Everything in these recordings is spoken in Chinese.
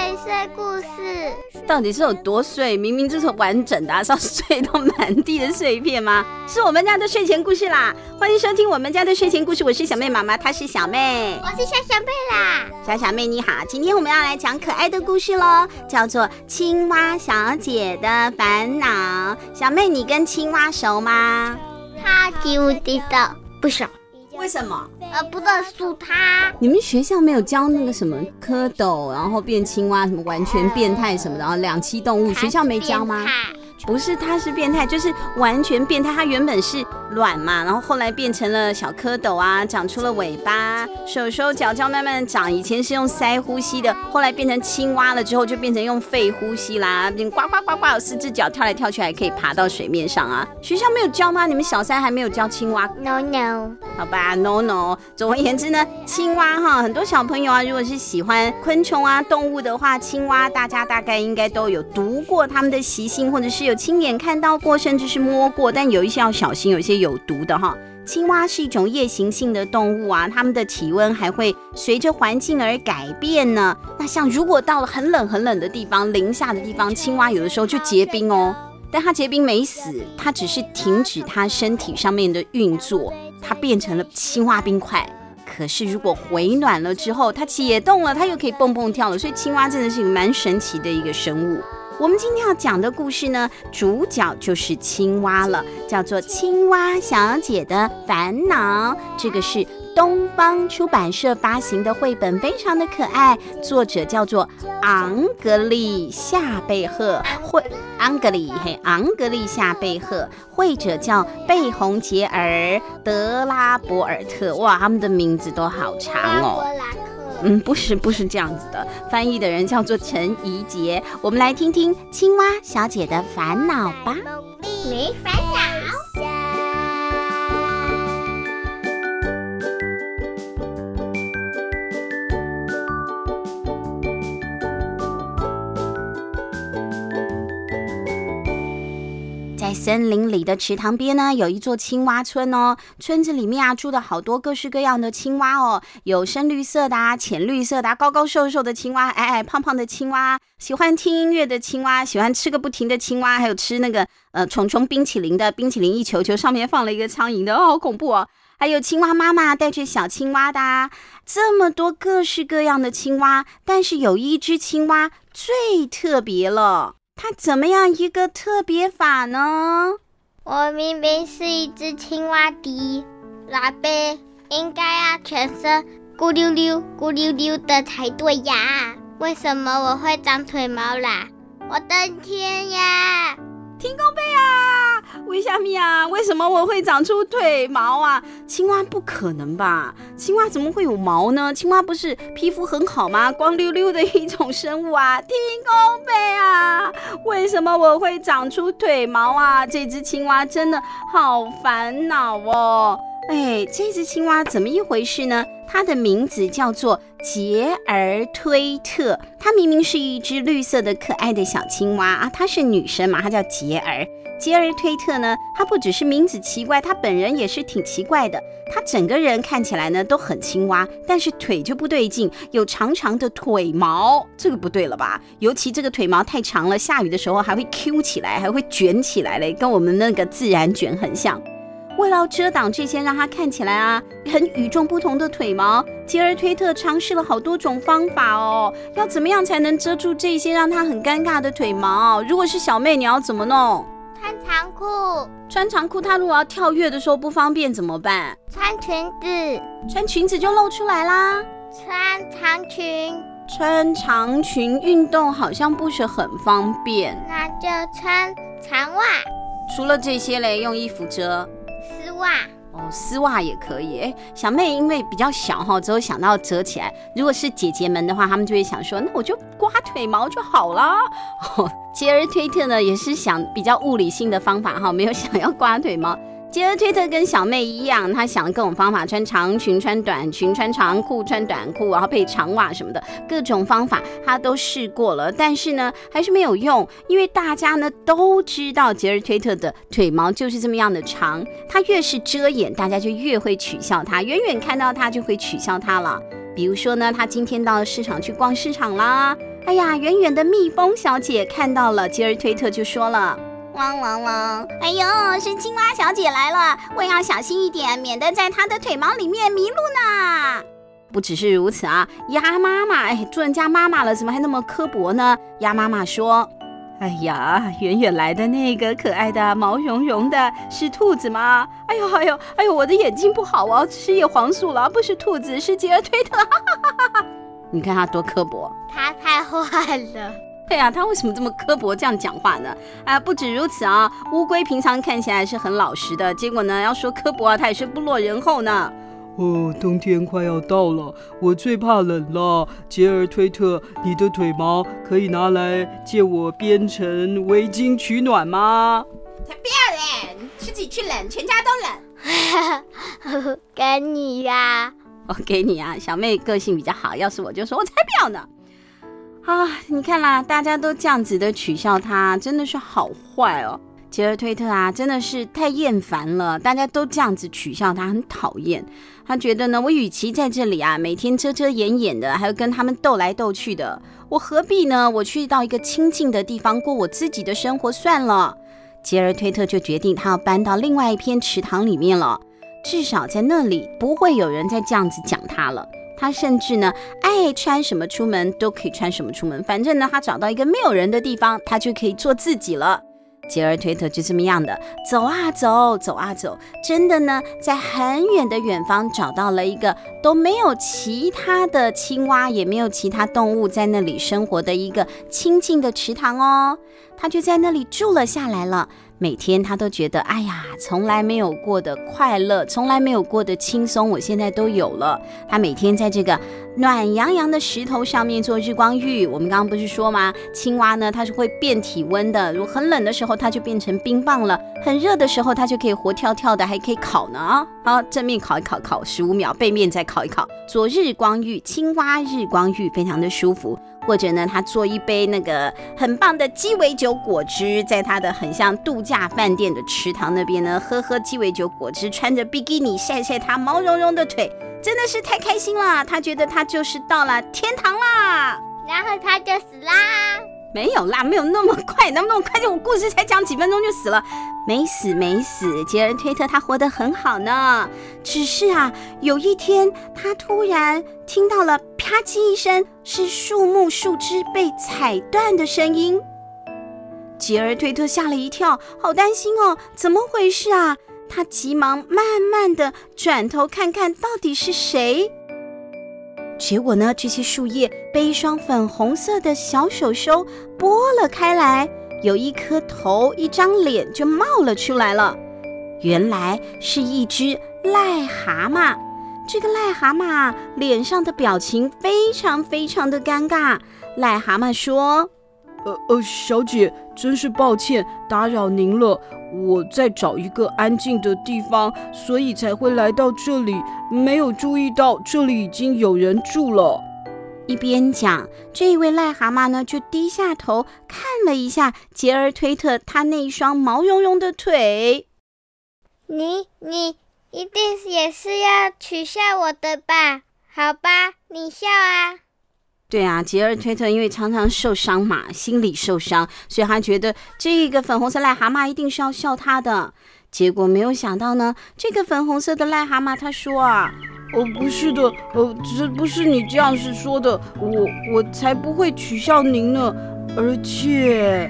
碎故事到底是有多碎？明明就是完整的，是要碎到满地的碎片吗？是我们家的睡前故事啦！欢迎收听我们家的睡前故事，我是小妹妈妈，她是小妹， 我是小小妹啦。 小妹你好，今天我们要来讲可爱的故事咯，叫做青蛙小姐的烦恼。小妹，你跟青蛙熟吗？ 超级无敌的不熟。 为什么？ 不能输他。 你们学校没有教那个什么蝌蚪，然后变青蛙，什么完全变态什么的，然后两栖动物，学校没教吗？不是，他是变态，就是完全变态。他原本是卵嘛，然后后来变成了小蝌蚪啊，长出了尾巴，手手脚脚慢慢长。以前是用鳃呼吸的，后来变成青蛙了之后，就变成用肺呼吸啦，变呱呱呱呱，有4只脚，跳来跳去，还可以爬到水面上啊。学校没有教吗？你们小3还没有教青蛙 ？No。 好吧 ，No。总而言之呢，青蛙哈，很多小朋友啊，如果是喜欢昆虫啊、动物的话，青蛙大家大概应该都有读过它们的习性，或者是有亲眼看到过，甚至是摸过，但有一些要小心，有一些有毒的哈。青蛙是一种夜行性的动物啊，它们的体温还会随着环境而改变呢。那像如果到了很冷很冷的地方，零下的地方，青蛙有的时候就结冰哦。但它结冰没死，它只是停止它身体上面的运作，它变成了青蛙冰块。可是如果回暖了之后，它解冻了，它又可以蹦蹦跳了。所以青蛙真的是一个蛮神奇的一个生物。我们今天要讲的故事呢，主角就是青蛙了，叫做《青蛙小姐的烦恼》。这个是东方出版社发行的绘本，非常的可爱，作者叫做昂格丽夏贝赫，昂格丽夏贝赫，绘者叫贝洪杰尔德拉博尔特。哇，他们的名字都好长哦。不是这样子的，翻译的人叫做陈怡杰。我们来听听青蛙小姐的烦恼吧。 没烦恼。 在森林里的池塘边呢，有一座青蛙村哦。村子里面啊，住了好多各式各样的青蛙哦，有深绿色的啊，浅绿色的啊，高高瘦瘦的青蛙，矮矮胖胖的青蛙，喜欢听音乐的青蛙，喜欢吃个不停的青蛙，还有吃那个虫虫冰淇淋的，冰淇淋一球球上面放了一个苍蝇的，好恐怖哦。还有青蛙妈妈带着小青蛙的啊，这么多各式各样的青蛙，但是有一只青蛙最特别了。它怎么样一个特别法呢？ 我明明是一只青蛙的老贝，应该要全身咕溜溜咕溜溜的才对呀，为什么我会长腿毛啦？我的天呀！ 天公伯啊，为什么呀？为什么我会长出腿毛啊？青蛙不可能吧？青蛙怎么会有毛呢？青蛙不是皮肤很好吗？光溜溜的一种生物啊！天公伯啊，为什么我会长出腿毛啊？这只青蛙真的好烦恼哦。这只青蛙怎么一回事呢？它的名字叫做杰尔推特，它明明是一只绿色的可爱的小青蛙啊，她是女生嘛，她叫杰尔。杰尔推特呢，她不只是名字奇怪，她本人也是挺奇怪的。她整个人看起来呢都很青蛙，但是腿就不对劲，有长长的腿毛，这个不对了吧？尤其这个腿毛太长了，下雨的时候还会 Q 起来，还会卷起来嘞，跟我们那个自然卷很像。为了遮挡这些让它看起来啊很与众不同的腿毛，杰尔推特尝试了好多种方法哦。要怎么样才能遮住这些让它很尴尬的腿毛？如果是小妹，你要怎么弄？ 穿长裤。 穿长裤，它如果要跳跃的时候不方便怎么办？ 穿裙子。 穿裙子就露出来啦。 穿长裙。 穿长裙运动好像不是很方便， 那就穿长袜。 除了这些嘞，用衣服遮。 丝袜。 丝袜也可以。小妹因为比较小哈，只有想到折起来。如果是姐姐们的话，她们就会想说，那我就刮腿毛就好了。杰尔推特呢也是想比较物理性的方法哈，没有想要刮腿毛。杰尔推特跟小妹一样，他想了各种方法，穿长裙、穿短裙、穿长裤、穿短裤，然后配长袜什么的，各种方法他都试过了，但是呢还是没有用，因为大家呢都知道杰尔推特的腿毛就是这么样的长，他越是遮掩，大家就越会取笑他，远远看到他就会取笑他了。比如说呢，他今天到市场去逛市场啦， 哎呀，远远的蜜蜂小姐看到了杰尔推特就说了，汪汪汪，哎呦，是青蛙小姐来了，我要小心一点，免得在她的腿毛里面迷路呢。不只是如此啊，鸭妈妈，做人家妈妈了，怎么还那么刻薄呢？鸭妈妈说，哎呀，远远来的那个可爱的毛茸茸的是兔子吗？哎呦，我的眼睛不好哦，吃叶黄素了，不是兔子，是杰尔推特。你看他多刻薄， 他太坏了。 对啊，他为什么这么刻薄这样讲话呢？不止如此啊，乌龟平常看起来是很老实的，结果呢，要说刻薄啊，他也是不落人后呢。 哦，冬天快要到了，我最怕冷了。杰尔推特，你的腿毛可以拿来借我编成围巾取暖吗？ 才不要冷，自己去冷，全家都冷。 给你呀。 我给你啊，小妹个性比较好，要是我就说我才不要呢。你看啦，大家都这样子的取笑他，真的是好坏哦。杰尔推特啊，真的是太厌烦了，大家都这样子取笑他，很讨厌。他觉得呢，我与其在这里啊，每天遮遮掩掩的，还要跟他们斗来斗去的，我何必呢？我去到一个清静的地方过我自己的生活算了。杰尔推特就决定他要搬到另外一片池塘里面了，至少在那里不会有人再这样子讲他了。他甚至呢，爱穿什么出门都可以穿什么出门，反正呢，他找到一个没有人的地方，他就可以做自己了。杰尔推特就这么样的走啊走，走啊走，真的呢，在很远的远方找到了一个都没有其他的青蛙，也没有其他动物在那里生活的一个清静的池塘哦。他就在那里住了下来了。每天他都觉得，哎呀，从来没有过的快乐，从来没有过的轻松，我现在都有了。他每天在这个暖洋洋的石头上面做日光浴。我们刚刚不是说吗？青蛙呢，它是会变体温的。如果很冷的时候，它就变成冰棒了；很热的时候，它就可以活跳跳的，还可以烤呢。好，正面烤一烤，烤15秒，背面再烤一烤，做日光浴，青蛙日光浴，非常的舒服。或者呢，他做一杯那个很棒的鸡尾酒果汁，在他的很像度假饭店的池塘那边呢，喝鸡尾酒果汁，穿着比基尼晒晒他毛茸茸的腿，真的是太开心了。他觉得他就是到了天堂啦， 然后他就死啦。 没有啦，没有那么快，那么快，我故事才讲几分钟就死了，没死。杰尔推特他活得很好呢，只是啊，有一天他突然听到了啪叽一声，是树木树枝被踩断的声音。杰尔推特吓了一跳，好担心哦，怎么回事啊？他急忙慢慢的转头看看到底是谁。结果呢，这些树叶被一双粉红色的小手手拨了开来，有一颗头，一张脸就冒了出来了。原来是一只癞蛤蟆。这个癞蛤蟆脸上的表情非常非常的尴尬。癞蛤蟆说， 小姐，真是抱歉打扰您了，我在找一个安静的地方，所以才会来到这里，没有注意到这里已经有人住了。 一边讲，这一位癞蛤蟆呢就低下头看了一下杰尔推特他那一双毛茸茸的腿。 你一定也是要取笑我的吧？好吧，你笑啊。 对啊，杰尔推特因为常常受伤嘛，心理受伤，所以他觉得这个粉红色癞蛤蟆一定是要笑他的。结果没有想到呢，这个粉红色的癞蛤蟆他说啊， 不是的，这不是你这样是说的，我才不会取笑您呢，而且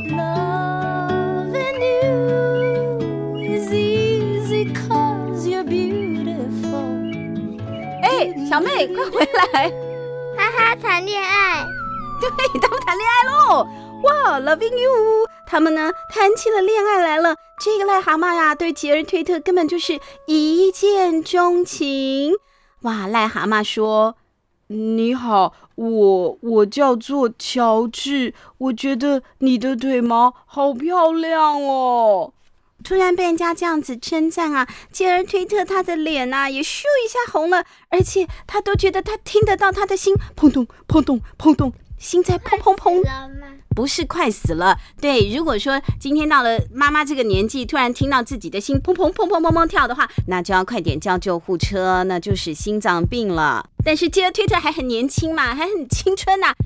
小妹快回来， 哈哈，谈恋爱。 对，他们谈恋爱咯，哇 loving you， 他们呢谈起了恋爱来了。这个癞蛤蟆呀对杰尔推特根本就是一见钟情。哇，癞蛤蟆说， 你好，我叫做乔治，我觉得你的腿毛好漂亮哦。 突然被人家这样子称赞啊，杰尔推特他的脸啊也咻一下红了，而且他都觉得他听得到他的心砰咚砰咚砰咚，心在砰砰砰。不是快死了，对，如果说今天到了妈妈这个年纪，突然听到自己的心砰砰砰砰砰砰跳的话，那就要快点叫救护车，那就是心脏病了。但是杰尔推特还很年轻嘛，还很青春啊，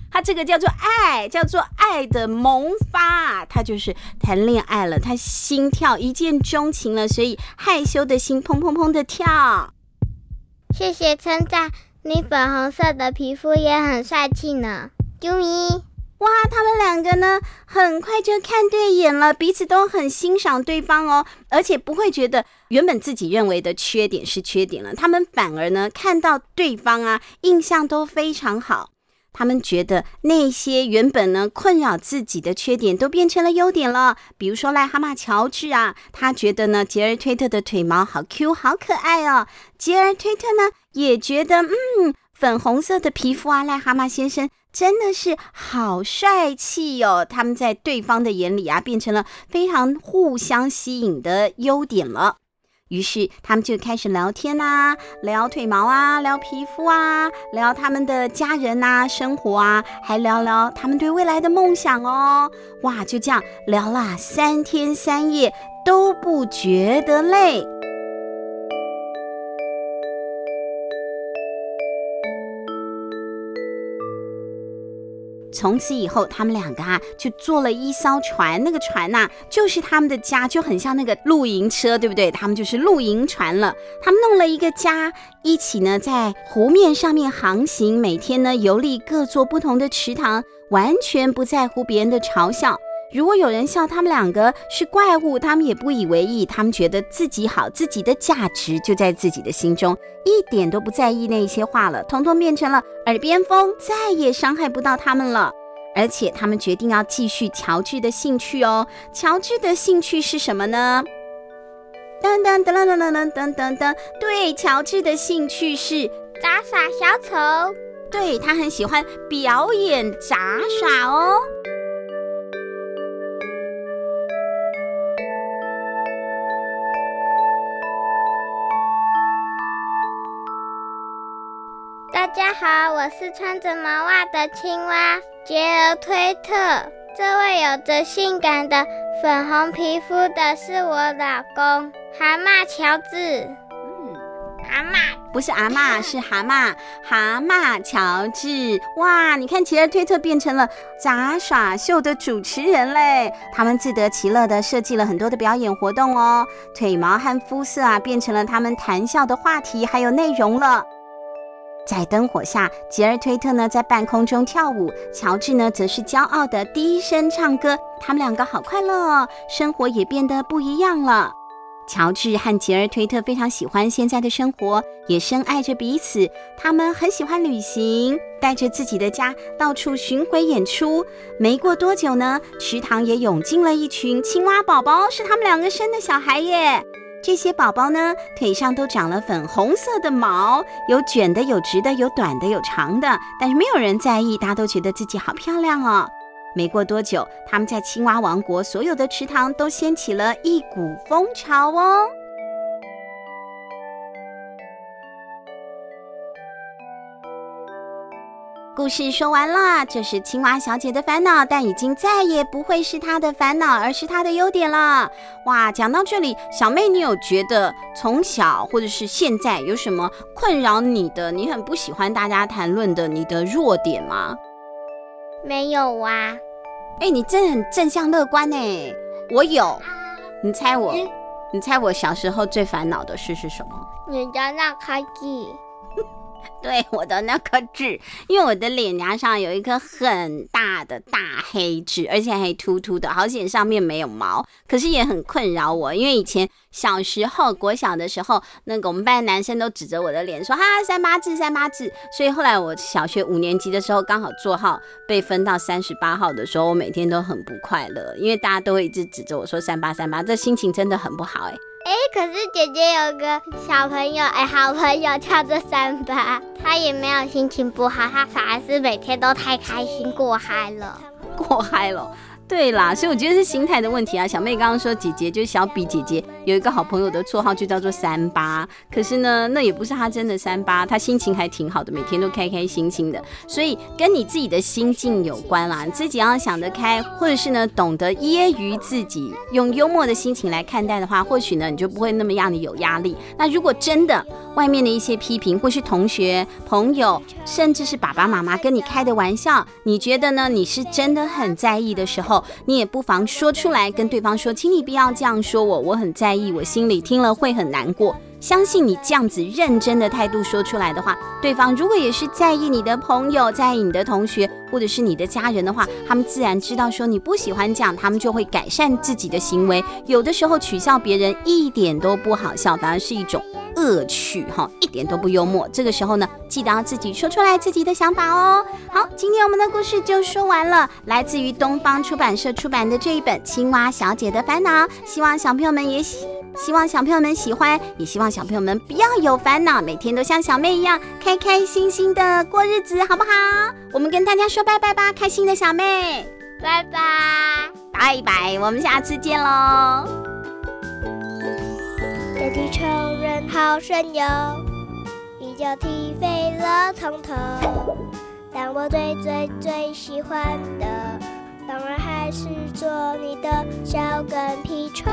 它这个叫做爱，叫做爱的萌发，它就是谈恋爱了，他心跳一见钟情了，所以害羞的心砰砰砰的跳。 谢谢称赞，你粉红色的皮肤也很帅气呢。啾咪， 哇，他们两个呢很快就看对眼了，彼此都很欣赏对方哦，而且不会觉得原本自己认为的缺点是缺点了，他们反而呢看到对方啊印象都非常好，他们觉得那些原本呢困扰自己的缺点都变成了优点了。比如说癞蛤蟆乔治啊，他觉得呢杰尔推特的腿毛好 Q 好可爱哦，杰尔推特呢也觉得粉红色的皮肤啊，癞蛤蟆先生真的是好帅气哦，他们在对方的眼里啊变成了非常互相吸引的优点了。于是他们就开始聊天啊，聊腿毛啊，聊皮肤啊，聊他们的家人啊，生活啊，还聊聊他们对未来的梦想哦。哇，就这样聊了3天3夜都不觉得累。从此以后他们两个啊就坐了一艘船，那个船啊就是他们的家，就很像那个露营车，对不对？他们就是露营船了。他们弄了一个家，一起呢在湖面上面航行，每天呢游历各座不同的池塘，完全不在乎别人的嘲笑。如果有人笑他们两个是怪物，他们也不以为意，他们觉得自己好，自己的价值就在自己的心中，一点都不在意那些话了，统统变成了耳边风，再也伤害不到他们了。而且他们决定要继续乔治的兴趣哦。乔治的兴趣是什么呢？噔噔噔噔噔噔噔噔，对，乔治的兴趣是杂耍小丑。 对，他很喜欢表演杂耍哦。 大家好，我是穿着毛袜的青蛙杰尔推特。这位有着性感的粉红皮肤的是我老公蛤蟆乔治。蛤蟆不是阿嬷，是蛤蟆，蛤蟆乔治。哇，你看杰尔推特变成了杂耍秀的主持人嘞！他们自得其乐的设计了很多的表演活动哦，腿毛和肤色啊变成了他们谈笑的话题还有内容了。在灯火下，杰尔推特呢在半空中跳舞，乔治呢则是骄傲的低声唱歌。他们两个好快乐哦，生活也变得不一样了。乔治和杰尔推特非常喜欢现在的生活，也深爱着彼此。他们很喜欢旅行，带着自己的家到处巡回演出。没过多久呢，池塘也涌进了一群青蛙宝宝，是他们两个生的小孩耶。这些宝宝呢，腿上都长了粉红色的毛，有卷的，有直的，有短的，有长的，但是没有人在意，大家都觉得自己好漂亮哦。没过多久，他们在青蛙王国所有的池塘都掀起了一股风潮哦。故事说完了，这是青蛙小姐的烦恼，但已经再也不会是她的烦恼，而是她的优点了。哇，讲到这里，小妹，你有觉得从小或者是现在有什么困扰你的，你很不喜欢大家谈论的你的弱点吗？ 没有啊。 你真的很正向乐观耶。我有，你猜我小时候最烦恼的事是什么？ 你的那颗痣。 对，我的那颗痣，因为我的脸颊上有一颗很大的大黑痣，而且还凸凸的，好险上面没有毛，可是也很困扰我。因为以前小时候国小的时候，那个我们班的男生都指着我的脸说三八痣，所以后来我小学5年级的时候，刚好座号被分到38号的时候，我每天都很不快乐，因为大家都会一直指着我说38，这心情真的很不好可是姐姐有个小朋友好朋友叫做38，他也没有心情不好，他反而是每天都太开心过嗨了。 对啦，所以我觉得是心态的问题啊。小妹刚刚说姐姐就是小比姐姐有一个好朋友的绰号就叫做38，可是呢那也不是她真的38，她心情还挺好的，每天都开开心心的，所以跟你自己的心境有关啦，你自己要想得开，或者是呢懂得揶揄自己，用幽默的心情来看待的话，或许呢你就不会那么样的有压力。那如果真的外面的一些批评，或是同学朋友甚至是爸爸妈妈跟你开的玩笑，你觉得呢你是真的很在意的时候，你也不妨说出来跟对方说，请你不要这样说我很在意，我心里听了会很难过。相信你这样子认真的态度说出来的话，对方如果也是在意你的朋友，在意你的同学，或者是你的家人的话，他们自然知道说你不喜欢这样，他们就会改善自己的行为。有的时候取笑别人一点都不好笑，反而是一种恶趣，一点都不幽默。这个时候呢，记得要自己说出来自己的想法哦。好，今天我们的故事就说完了，来自于东方出版社出版的这一本《青蛙小姐的烦恼》，希望小朋友们喜欢，也希望小朋友们不要有烦恼，每天都像小妹一样开开心心的过日子，好不好？我们跟大家说拜拜吧，开心的小妹， 拜拜， 拜拜，我们下次见咯。 这地球人好神勇，一脚踢飞了从头。但我最喜欢的，当然还是做你的小跟屁虫。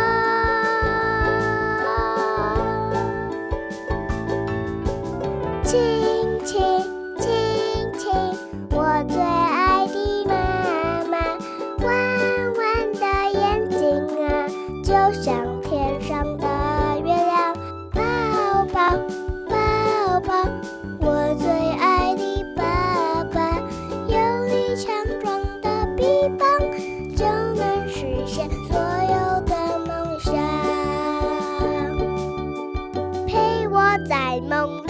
亲亲亲亲，我最爱的妈妈，弯弯的眼睛啊，就像天上的月亮。抱抱抱抱，我最爱的爸爸，有你强壮的臂膀，就能实现所有的梦想。陪我在梦里